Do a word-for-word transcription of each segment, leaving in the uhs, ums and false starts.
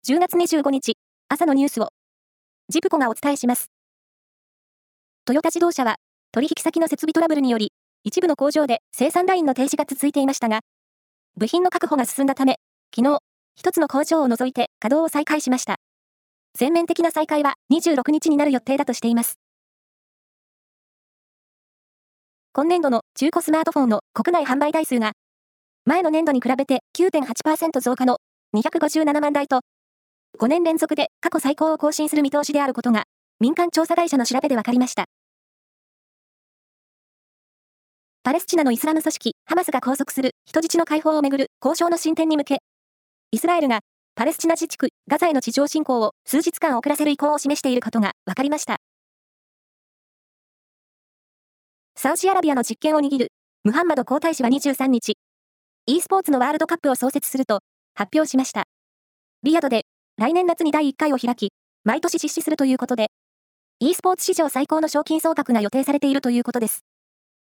じゅうがつにじゅうごにち、朝のニュースを、ジプコがお伝えします。トヨタ自動車は、取引先の設備トラブルにより、一部の工場で生産ラインの停止が続いていましたが、部品の確保が進んだため、昨日、一つの工場を除いて稼働を再開しました。全面的な再開はにじゅうろくにちになる予定だとしています。今年度の中古スマートフォンの国内販売台数が、前の年度に比べて きゅうてんはちパーセント 増加のにひゃくごじゅうななまんだいと、ごねん連続で過去最高を更新する見通しであることが、民間調査会社の調べで分かりました。パレスチナのイスラム組織ハマスが拘束する人質の解放をめぐる交渉の進展に向け、イスラエルがパレスチナ自治区ガザへの地上侵攻を数日間遅らせる意向を示していることが分かりました。サウジアラビアの実権を握るムハンマド皇太子はにじゅうさんにち、e スポーツのワールドカップを創設すると発表しました。リヤドで来年夏にだいいっかいを開き、毎年実施するということで、e スポーツ史上最高の賞金総額が予定されているということです。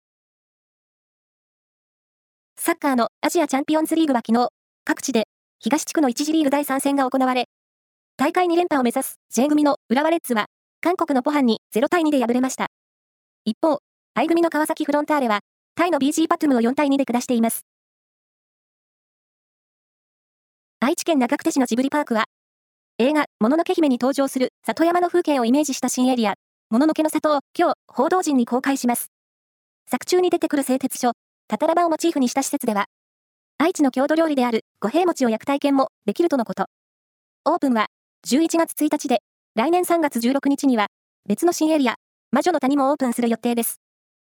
サッカーのアジアチャンピオンズリーグは昨日、各地で東地区のいち次リーグだいさん戦が行われ、大会に連覇を目指す J 組の浦和レッズは、韓国のポハンにゼロたいにで敗れました。一方、I 組の川崎フロンターレは、タイの ビージー パトゥムをよんたいにで下しています。愛知県長久手市のジブリパークは、映画、もののけ姫に登場する里山の風景をイメージした新エリア、もののけの里を今日、報道陣に公開します。作中に出てくる製鉄所、タタラ場をモチーフにした施設では、愛知の郷土料理である五平餅を焼く体験もできるとのこと。オープンはじゅういちがつついたちで、来年さんがつじゅうろくにちには、別の新エリア、魔女の谷もオープンする予定です。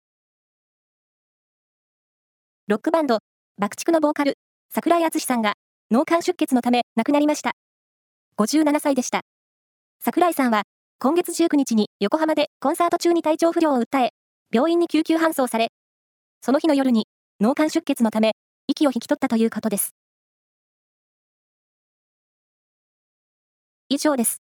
ロックバンド、爆竹のボーカル、櫻井敦司さんが、脳幹出血のため亡くなりました。ごじゅうななさいでした。櫻井さんは、今月じゅうくにちに横浜でコンサート中に体調不良を訴え、病院に救急搬送され、その日の夜に脳幹出血のため、息を引き取ったということです。以上です。